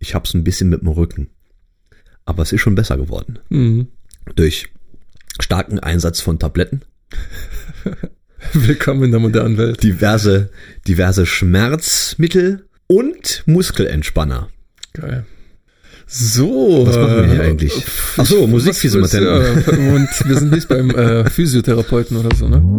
ich hab's ein bisschen mit dem Rücken. Aber es ist schon besser geworden. Durch starken Einsatz von Tabletten. Willkommen in der modernen Welt. Diverse Schmerzmittel und Muskelentspanner. Geil. So. Was machen wir hier eigentlich? Achso, Musikfiesematenten. Und wir sind nicht beim Physiotherapeuten oder so, ne?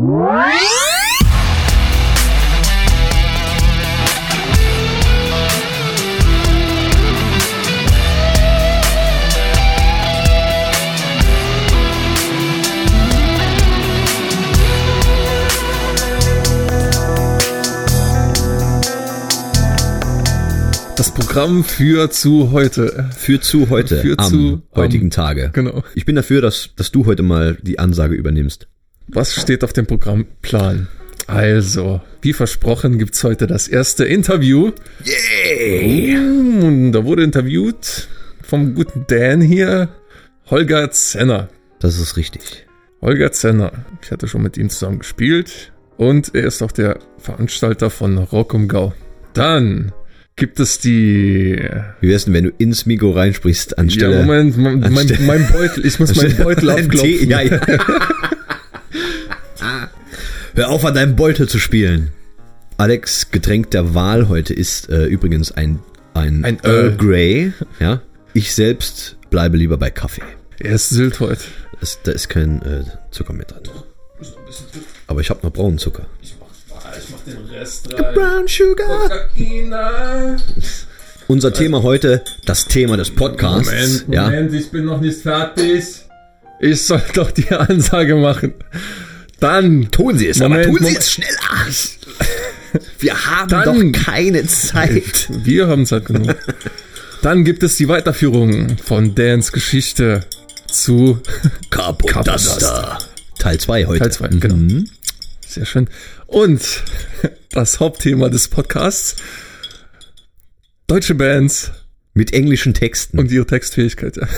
Das Programm für zu heute. Am heutigen Tage. Genau. Ich bin dafür, dass du heute mal die Ansage übernimmst. Was steht auf dem Programmplan? Also, wie versprochen gibt's heute das erste Interview. Yay! Und da wurde interviewt vom guten Dan hier, Holger Zenner. Das ist richtig. Holger Zenner. Ich hatte schon mit ihm zusammen gespielt. Und er ist auch der Veranstalter von Rock um Gau. Dann gibt es die... Wie wär's denn, wenn du ins Mikro reinsprichst, anstelle... Ja, Moment, mein Beutel, ich muss meinen Beutel aufklopfen. Ja. Hör auf, an deinem Beutel zu spielen. Alex, Getränk der Wahl heute ist übrigens ein Earl Grey. Ja? Ich selbst bleibe lieber bei Kaffee. Er ist Sylt heute. Da ist kein Zucker mehr drin. Aber ich habe noch braunen Zucker. Ich mach den Rest rein. Brown Sugar. Kokaina. Unser Thema heute, das Thema des Podcasts. Moment, ich bin noch nicht fertig. Ich soll doch die Ansage machen. Dann tun Sie es, Moment, aber tun Sie es schneller. Wir haben doch keine Zeit. Wir haben Zeit genug. Dann gibt es die Weiterführung von Dans Geschichte zu Capodaster. Teil 2 heute. Teil 2, genau. Sehr schön. Und das Hauptthema des Podcasts: deutsche Bands. Mit englischen Texten. Und ihre Textfähigkeit, ja.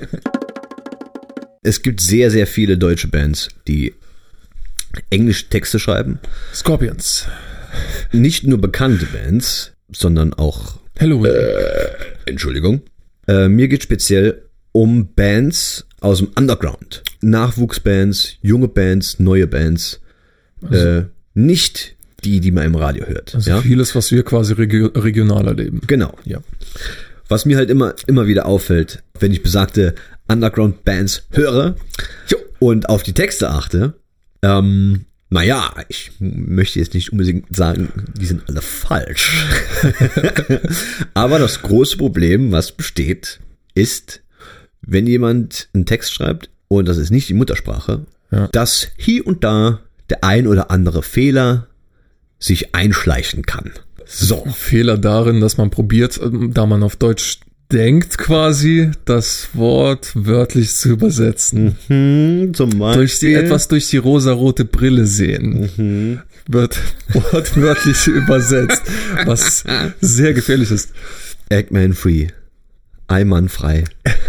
Es gibt sehr, sehr viele deutsche Bands, die englische Texte schreiben. Scorpions. Nicht nur bekannte Bands, sondern auch... Halloween. Entschuldigung. Mir geht speziell um Bands aus dem Underground. Nachwuchsbands, junge Bands, neue Bands. Also, nicht die man im Radio hört. Also ja? Vieles, was wir quasi regional erleben. Genau. Ja. Was mir halt immer wieder auffällt, wenn ich besagte Underground-Bands höre und auf die Texte achte, naja, ich möchte jetzt nicht unbedingt sagen, die sind alle falsch. Aber das große Problem, was besteht, ist, wenn jemand einen Text schreibt und das ist nicht die Muttersprache, dass hier und da der ein oder andere Fehler sich einschleichen kann. So. Fehler darin, dass man probiert, da man auf Deutsch denkt quasi, das Wort wörtlich zu übersetzen. Zum Beispiel. Durch die rosarote Brille sehen. Wird wortwörtlich übersetzt, was sehr gefährlich ist. Eggman free. Eimann frei.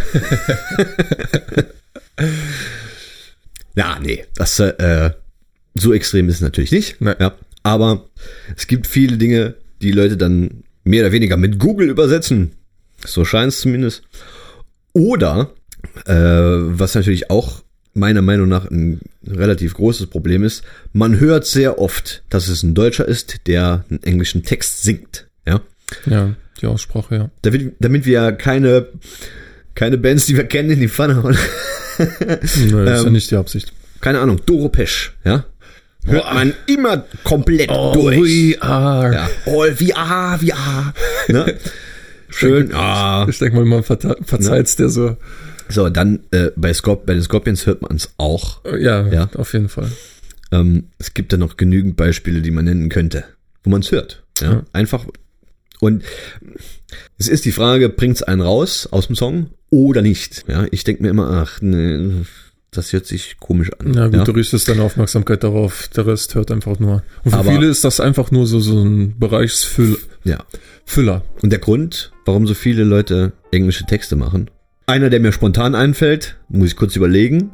Ja, nee, das so extrem ist es natürlich nicht. Ja, aber es gibt viele Dinge, die Leute dann mehr oder weniger mit Google übersetzen. So scheint es zumindest. Oder, was natürlich auch meiner Meinung nach ein relativ großes Problem ist, man hört sehr oft, dass es ein Deutscher ist, der einen englischen Text singt. Ja, ja, die Aussprache, ja. Damit wir keine Bands, die wir kennen, in die Pfanne hauen. Nö, das ist ja nicht die Absicht. Keine Ahnung, Doro Pesch, ja? Hört man immer komplett durch. We are. Ja. All VR. Ne? Schön. Ich denke mal, man verzeiht's der so. So, dann bei den Scorpions hört man es auch. Ja, auf jeden Fall. Es gibt da noch genügend Beispiele, die man nennen könnte, wo man es hört. Ja? Einfach. Und es ist die Frage, bringt's einen raus aus dem Song oder nicht? Ja, ich denke mir immer, ach, nee, das hört sich komisch an. Ja gut, du richtest deine Aufmerksamkeit darauf, der Rest hört einfach nur. Und für viele ist das einfach nur so ein Bereichsfüller. Ja. Und der Grund, warum so viele Leute englische Texte machen, einer, der mir spontan einfällt, muss ich kurz überlegen.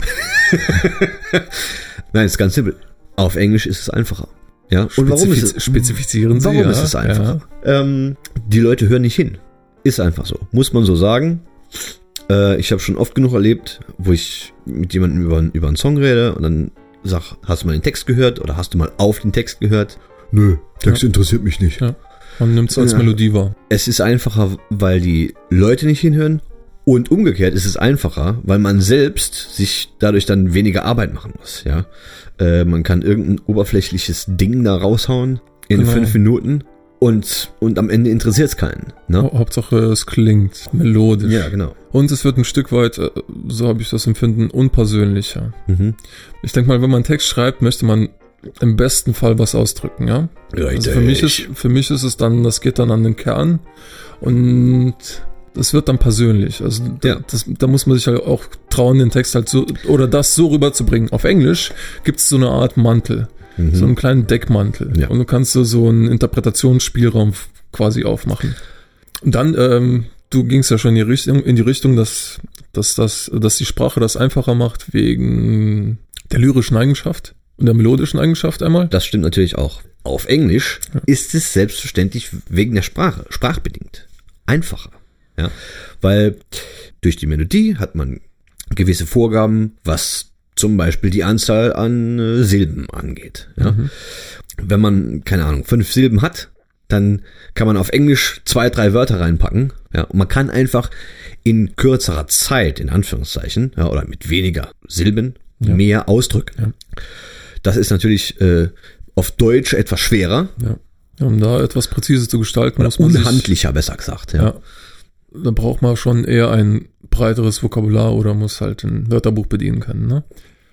Nein, ist ganz simpel. Auf Englisch ist es einfacher. Ja. Und warum ist es? Spezifizieren Sie. Warum ist es einfacher? Die Leute hören nicht hin. Ist einfach so. Muss man so sagen. Ich habe schon oft genug erlebt, wo ich mit jemandem über einen Song rede und dann sag, hast du mal den Text gehört oder hast du mal auf den Text gehört? Nö, Text interessiert mich nicht. Ja. Man nimmt es als Melodie wahr. Es ist einfacher, weil die Leute nicht hinhören und umgekehrt ist es einfacher, weil man selbst sich dadurch dann weniger Arbeit machen muss. Ja, man kann irgendein oberflächliches Ding da raushauen in 5 Minuten. Und am Ende interessiert es keinen. Ne? Hauptsache es klingt melodisch. Ja, genau. Und es wird ein Stück weit, so habe ich das empfinden, unpersönlicher. Mhm. Ich denke mal, wenn man einen Text schreibt, möchte man im besten Fall was ausdrücken, ja? Also für mich ist es dann, das geht dann an den Kern und das wird dann persönlich. Also da muss man sich halt auch trauen, den Text halt so oder das so rüberzubringen. Auf Englisch gibt es so eine Art Mantel. So einen kleinen Deckmantel. Ja. Und du kannst so einen Interpretationsspielraum quasi aufmachen. Und dann, du gingst ja schon in die Richtung, dass die Sprache das einfacher macht wegen der lyrischen Eigenschaft und der melodischen Eigenschaft einmal. Das stimmt natürlich auch. Auf Englisch ist es selbstverständlich wegen der Sprache, sprachbedingt, einfacher. Ja, weil durch die Melodie hat man gewisse Vorgaben, was zum Beispiel die Anzahl an Silben angeht. Ja? Wenn man, keine Ahnung, 5 Silben hat, dann kann man auf Englisch 2, 3 Wörter reinpacken. Ja? Und man kann einfach in kürzerer Zeit, in Anführungszeichen, ja, oder mit weniger Silben, mehr ausdrücken. Ja. Das ist natürlich auf Deutsch etwas schwerer. Ja. Um da etwas präziser zu gestalten, oder muss man unhandlicher, besser gesagt. Ja. Da braucht man schon eher ein breiteres Vokabular oder muss halt ein Wörterbuch bedienen können, ne?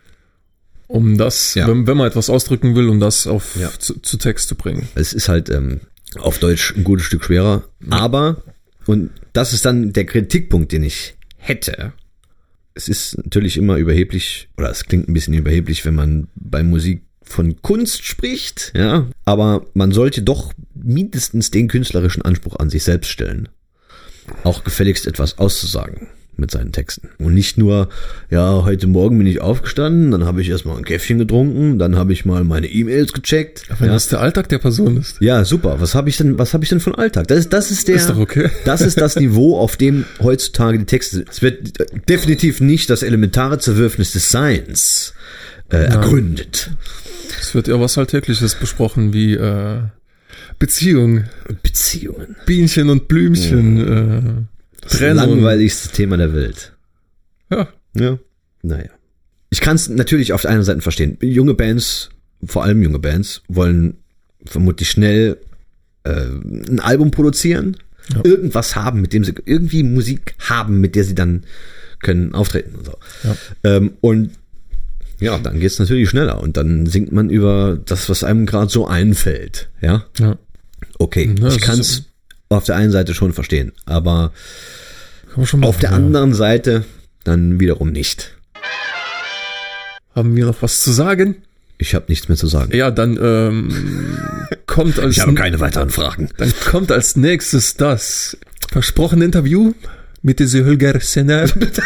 Um das, wenn man etwas ausdrücken will, um das zu Text zu bringen. Es ist halt auf Deutsch ein gutes Stück schwerer, aber, und das ist dann der Kritikpunkt, den ich hätte. Es ist natürlich immer überheblich, oder es klingt ein bisschen überheblich, wenn man bei Musik von Kunst spricht, ja, aber man sollte doch mindestens den künstlerischen Anspruch an sich selbst stellen. Auch gefälligst etwas auszusagen mit seinen Texten. Und nicht nur, ja, heute Morgen bin ich aufgestanden, dann habe ich erstmal ein Käffchen getrunken, dann habe ich mal meine E-Mails gecheckt. Aber wenn das der Alltag der Person ist. Ja, super. Was habe ich denn von Alltag? Das ist doch okay. Das ist das Niveau, auf dem heutzutage die Texte sind. Es wird definitiv nicht das elementare Zerwürfnis des Seins ergründet. Es wird eher was Alltägliches besprochen, wie Beziehungen. Bienchen und Blümchen. Das langweiligste Thema der Welt. Ja. Naja. Ich kann es natürlich auf der einen Seite verstehen. Junge Bands, vor allem junge Bands, wollen vermutlich schnell ein Album produzieren, irgendwas haben, mit dem sie irgendwie Musik haben, mit der sie dann können auftreten und so. Ja. Und ja, dann geht's natürlich schneller und dann singt man über das, was einem gerade so einfällt. Ja. Okay, ich kann es auf der einen Seite schon verstehen, aber auf der anderen Seite dann wiederum nicht. Haben wir noch was zu sagen? Ich habe nichts mehr zu sagen. Ja, dann kommt als... Ich habe keine weiteren Fragen. Dann kommt als nächstes das versprochene Interview mit dieser Holger Zenner.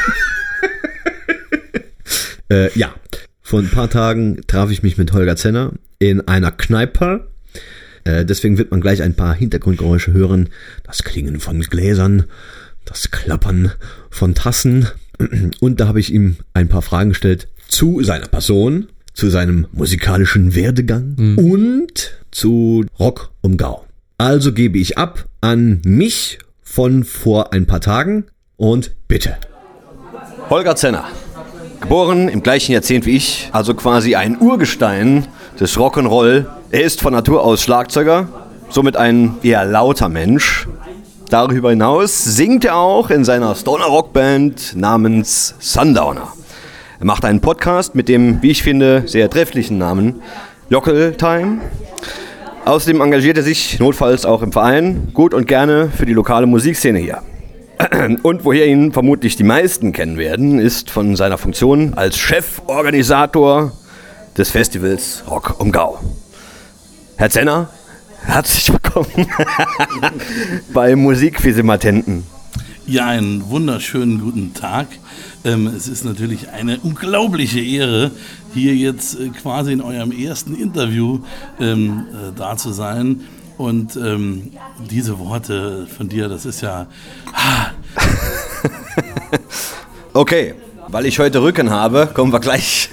Ja, vor ein paar Tagen traf ich mich mit Holger Zenner in einer Kneipe. Deswegen wird man gleich ein paar Hintergrundgeräusche hören. Das Klingen von Gläsern, das Klappern von Tassen. Und da habe ich ihm ein paar Fragen gestellt zu seiner Person, zu seinem musikalischen Werdegang und zu Rock um Gau. Also gebe ich ab an mich von vor ein paar Tagen und bitte. Holger Zenner, geboren im gleichen Jahrzehnt wie ich, also quasi ein Urgestein des Rock'n'Roll. Er ist von Natur aus Schlagzeuger, somit ein eher lauter Mensch. Darüber hinaus singt er auch in seiner Stoner-Rock-Band namens Sundowner. Er macht einen Podcast mit dem, wie ich finde, sehr trefflichen Namen Local Time. Außerdem engagiert er sich notfalls auch im Verein, gut und gerne für die lokale Musikszene hier. Und woher ihn vermutlich die meisten kennen werden, ist von seiner Funktion als Cheforganisator des Festivals Rock um Gau. Herr Zenner, herzlich willkommen bei Musikfisimatenten. Ja, einen wunderschönen guten Tag. Es ist natürlich eine unglaubliche Ehre, hier jetzt quasi in eurem ersten Interview da zu sein. Und diese Worte von dir, das ist ja... Okay, weil ich heute Rücken habe, kommen wir gleich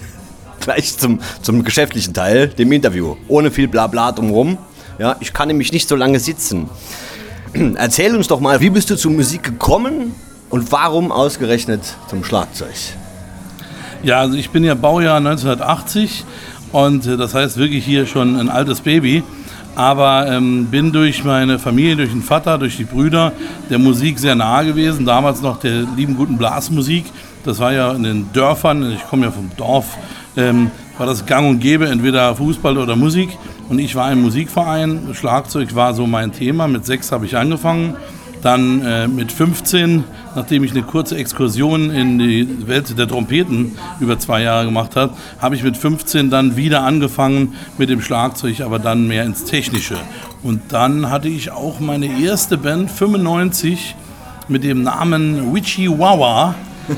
zum geschäftlichen Teil, dem Interview. Ohne viel Blabla drumherum. Ja, ich kann nämlich nicht so lange sitzen. Erzähl uns doch mal, wie bist du zur Musik gekommen und warum ausgerechnet zum Schlagzeug? Ja, also ich bin ja Baujahr 1980 und das heißt wirklich hier schon ein altes Baby. Aber bin durch meine Familie, durch den Vater, durch die Brüder der Musik sehr nahe gewesen. Damals noch der lieben guten Blasmusik. Das war ja in den Dörfern, ich komme ja vom Dorf, war das gang und gäbe, entweder Fußball oder Musik. Und ich war im Musikverein, Schlagzeug war so mein Thema. Mit 6 habe ich angefangen. Dann mit 15, nachdem ich eine kurze Exkursion in die Welt der Trompeten über 2 Jahre gemacht habe, habe ich mit 15 dann wieder angefangen mit dem Schlagzeug, aber dann mehr ins Technische. Und dann hatte ich auch meine erste Band, 95, mit dem Namen Witchy Wawa.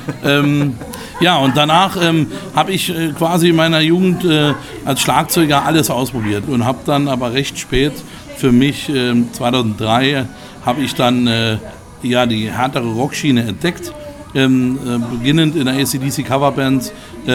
Ja, und danach habe ich quasi in meiner Jugend als Schlagzeuger alles ausprobiert und habe dann aber recht spät für mich 2003 habe ich dann die härtere Rockschiene entdeckt, beginnend in der AC/DC Coverband,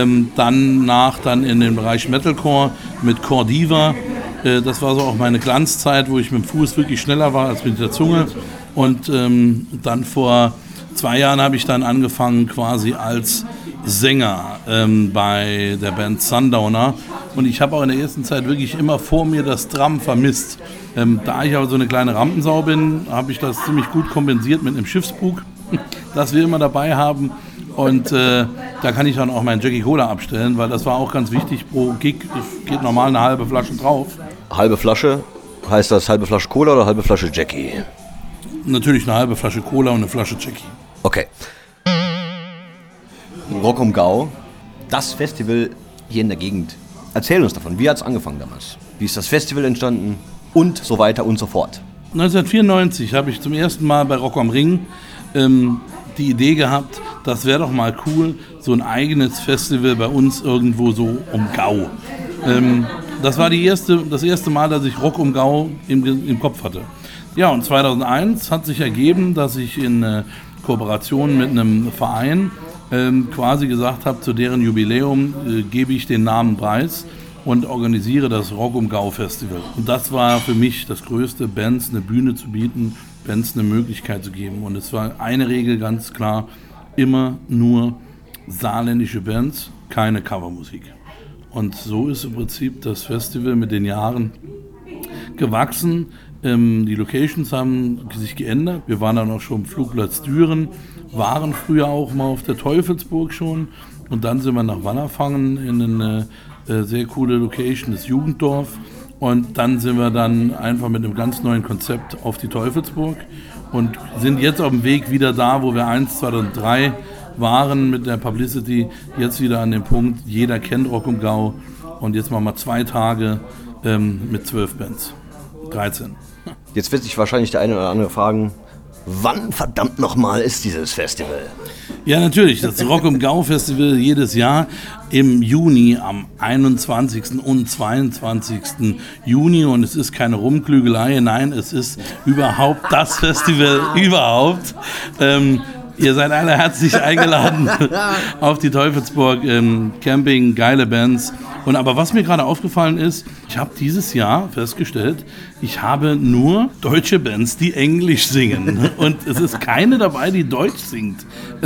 dann in den Bereich Metalcore mit Core Diva. Das war so auch meine Glanzzeit, wo ich mit dem Fuß wirklich schneller war als mit der Zunge. Und dann vor 2 Jahren habe ich dann angefangen quasi als Sänger bei der Band Sundowner. Und ich habe auch in der ersten Zeit wirklich immer vor mir das Drum vermisst. Da ich aber so eine kleine Rampensau bin, habe ich das ziemlich gut kompensiert mit einem Schiffsbug, das wir immer dabei haben. Und da kann ich dann auch meinen Jackie Cola abstellen, weil das war auch ganz wichtig. Pro Gig geht normal eine halbe Flasche drauf. Halbe Flasche? Heißt das halbe Flasche Cola oder halbe Flasche Jackie? Natürlich eine halbe Flasche Cola und eine Flasche Jackie. Okay. Rock am Gau, das Festival hier in der Gegend. Erzähl uns davon, wie hat es angefangen damals? Wie ist das Festival entstanden? Und so weiter und so fort. 1994 habe ich zum ersten Mal bei Rock am Ring die Idee gehabt, das wäre doch mal cool, so ein eigenes Festival bei uns irgendwo so um Gau. Das war das erste Mal, dass ich Rock um Gau im Kopf hatte. Ja, und 2001 hat sich ergeben, dass ich in Kooperation mit einem Verein quasi gesagt habe, zu deren Jubiläum gebe ich den Namen preis und organisiere das Rock um Gau Festival. Und das war für mich das Größte, Bands eine Bühne zu bieten, Bands eine Möglichkeit zu geben. Und es war eine Regel ganz klar, immer nur saarländische Bands, keine Covermusik. Und so ist im Prinzip das Festival mit den Jahren gewachsen. Die Locations haben sich geändert. Wir waren dann auch schon am Flugplatz Düren, waren früher auch mal auf der Teufelsburg schon. Und dann sind wir nach Wallerfangen in eine sehr coole Location, das Jugenddorf. Und dann sind wir dann einfach mit einem ganz neuen Konzept auf die Teufelsburg und sind jetzt auf dem Weg wieder da, wo wir 1, 2 und 3 waren mit der Publicity. Jetzt wieder an dem Punkt, jeder kennt Rock am Gau. Und jetzt machen wir 2 Tage mit 12 Bands. 13. Jetzt wird sich wahrscheinlich der eine oder andere fragen, wann verdammt nochmal ist dieses Festival? Ja, natürlich, das Rock am Gau Festival jedes Jahr im Juni, am 21. und 22. Juni. Und es ist keine Rumklügelei, nein, es ist überhaupt das Festival überhaupt. Ihr seid alle herzlich eingeladen auf die Teufelsburg, Camping, geile Bands. Aber was mir gerade aufgefallen ist, ich habe dieses Jahr festgestellt, ich habe nur deutsche Bands, die Englisch singen. Und es ist keine dabei, die Deutsch singt.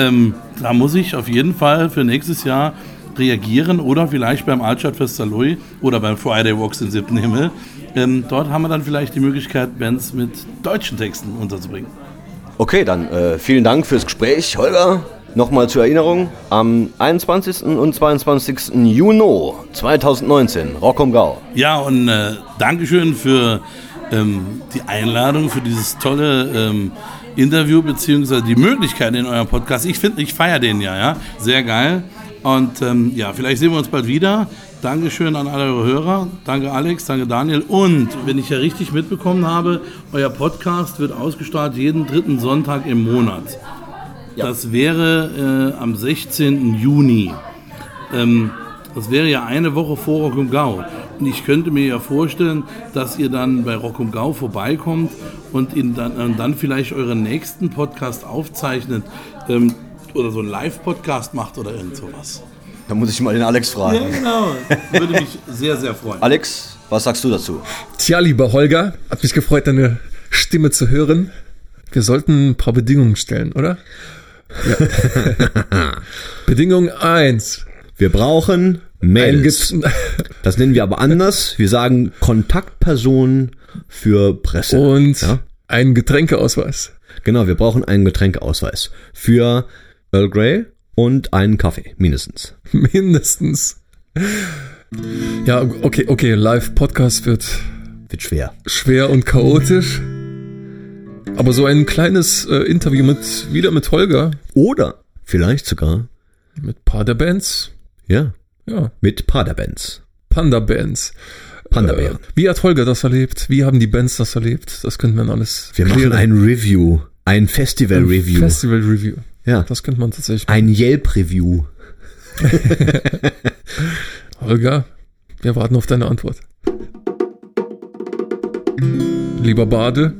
Da muss ich auf jeden Fall für nächstes Jahr reagieren oder vielleicht beim Altstadtfest Saarlouis oder beim Friday Walks in 7. Himmel. Dort haben wir dann vielleicht die Möglichkeit, Bands mit deutschen Texten unterzubringen. Okay, dann vielen Dank fürs Gespräch, Holger. Nochmal zur Erinnerung, am 21. und 22. Juni 2019, Rock am Gau. Ja, und Dankeschön für die Einladung, für dieses tolle Interview, beziehungsweise die Möglichkeit in eurem Podcast. Ich feiere den ja, sehr geil. Und vielleicht sehen wir uns bald wieder. Dankeschön an alle eure Hörer. Danke Alex, danke Daniel. Und wenn ich ja richtig mitbekommen habe, euer Podcast wird ausgestrahlt jeden 3. Sonntag im Monat. Ja. Das wäre am 16. Juni. Das wäre ja eine Woche vor Rock am Gau. ich könnte mir ja vorstellen, dass ihr dann bei Rock am Gau vorbeikommt und dann vielleicht euren nächsten Podcast aufzeichnet oder so einen Live-Podcast macht oder irgend sowas. Da muss ich mal den Alex fragen. Ja, genau. Würde mich sehr, sehr freuen. Alex, was sagst du dazu? Tja, lieber Holger, hat mich gefreut, deine Stimme zu hören. Wir sollten ein paar Bedingungen stellen, oder? Ja. Bedingung 1. Wir brauchen Mails. Das nennen wir aber anders. Wir sagen Kontaktperson für Presse. Und einen Getränkeausweis. Genau, wir brauchen einen Getränkeausweis für Earl Grey und einen Kaffee, mindestens. Mindestens. Ja, okay, Live-Podcast wird schwer und chaotisch. Aber so ein kleines Interview wieder mit Holger. Oder vielleicht sogar mit Paderbands. Ja. Mit Paderbands. Panda-Bands. Panda-Bären. Wie hat Holger das erlebt? Wie haben die Bands das erlebt? Das könnte man alles Wir machen ein Review. Ein Festival-Review. Festival-Review. Ja. Das könnte man tatsächlich machen. Ein Yelp-Review. Holger, wir warten auf deine Antwort. Lieber Bade.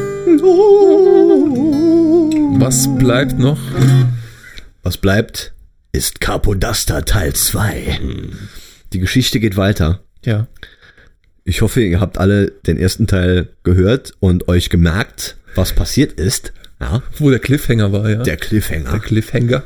Was bleibt noch? Was bleibt, ist Capodasta Teil 2. Die Geschichte geht weiter. Ja. Ich hoffe, ihr habt alle den ersten Teil gehört und euch gemerkt, was passiert ist. Ja. Wo der Cliffhanger war, ja. Der Cliffhanger. Der Cliffhanger.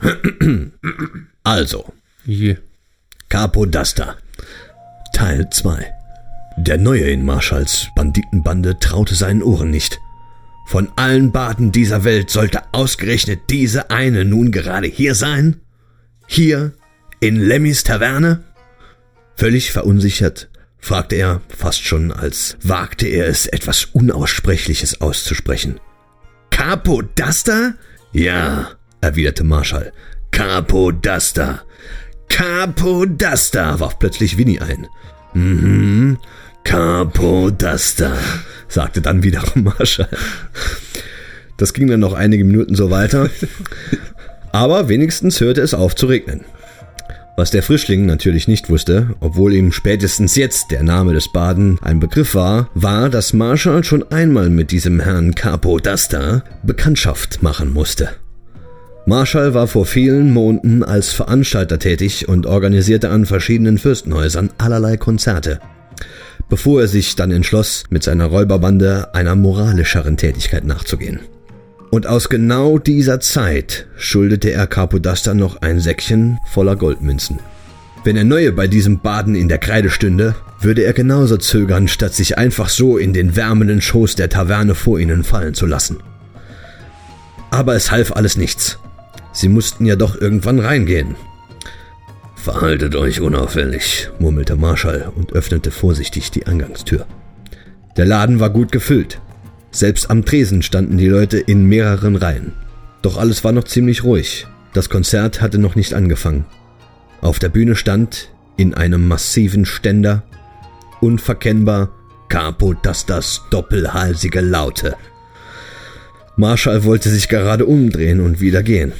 Also. Yeah. Capodasta Teil 2. Der Neue in Marshalls Banditenbande traute seinen Ohren nicht. Von allen Baden dieser Welt sollte ausgerechnet diese eine nun gerade hier sein? Hier? In Lemmys Taverne? Völlig verunsichert fragte er, fast schon als wagte er es, etwas Unaussprechliches auszusprechen. Capodasta? Ja, erwiderte Marshall. Capodasta. Capodasta, warf plötzlich Winnie ein. Capodasta, sagte dann wiederum Marshall. Das ging dann noch einige Minuten so weiter, aber wenigstens hörte es auf zu regnen. Was der Frischling natürlich nicht wusste, obwohl ihm spätestens jetzt der Name des Baden ein Begriff war, dass Marshall schon einmal mit diesem Herrn Capodasta Bekanntschaft machen musste. Marshall war vor vielen Monaten als Veranstalter tätig und organisierte an verschiedenen Fürstenhäusern allerlei Konzerte, bevor er sich dann entschloss, mit seiner Räuberbande einer moralischeren Tätigkeit nachzugehen. Und aus genau dieser Zeit schuldete er Capodasta noch ein Säckchen voller Goldmünzen. Wenn der Neue bei diesem Baden in der Kreide stünde, würde er genauso zögern, statt sich einfach so in den wärmenden Schoß der Taverne vor ihnen fallen zu lassen. Aber es half alles nichts. Sie mussten ja doch irgendwann reingehen. »Verhaltet euch unauffällig«, murmelte Marshall und öffnete vorsichtig die Eingangstür. Der Laden war gut gefüllt. Selbst am Tresen standen die Leute in mehreren Reihen. Doch alles war noch ziemlich ruhig. Das Konzert hatte noch nicht angefangen. Auf der Bühne stand, in einem massiven Ständer, unverkennbar Capodastas doppelhalsige Laute. Marshall wollte sich gerade umdrehen und wieder gehen.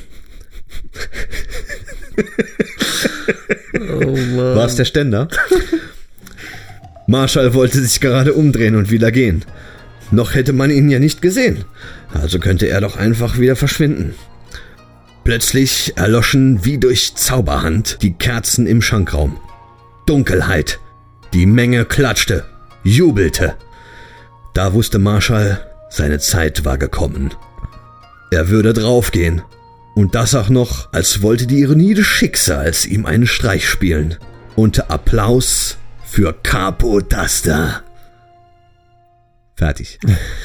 Oh Mann. War es der Ständer? Marshall wollte sich gerade umdrehen und wieder gehen. Noch hätte man ihn ja nicht gesehen, also könnte er doch einfach wieder verschwinden. Plötzlich erloschen wie durch Zauberhand die Kerzen im Schankraum. Dunkelheit. Die Menge klatschte, jubelte. Da wusste Marshall, seine Zeit war gekommen. Er würde draufgehen. Und das auch noch, als wollte die Ironie des Schicksals ihm einen Streich spielen. Unter Applaus für Capodasta. Fertig.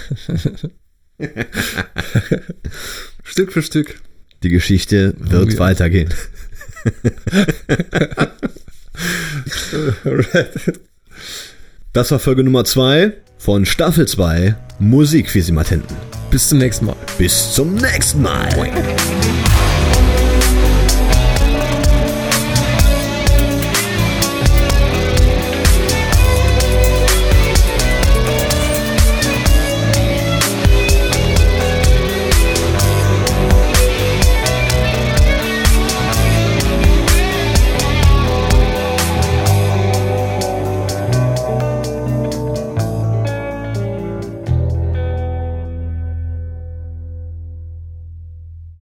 Stück für Stück. Die Geschichte wird weitergehen. Das war Folge Nummer 2 von Staffel 2 Musikquisimatenten. Bis zum nächsten Mal. Bis zum nächsten Mal.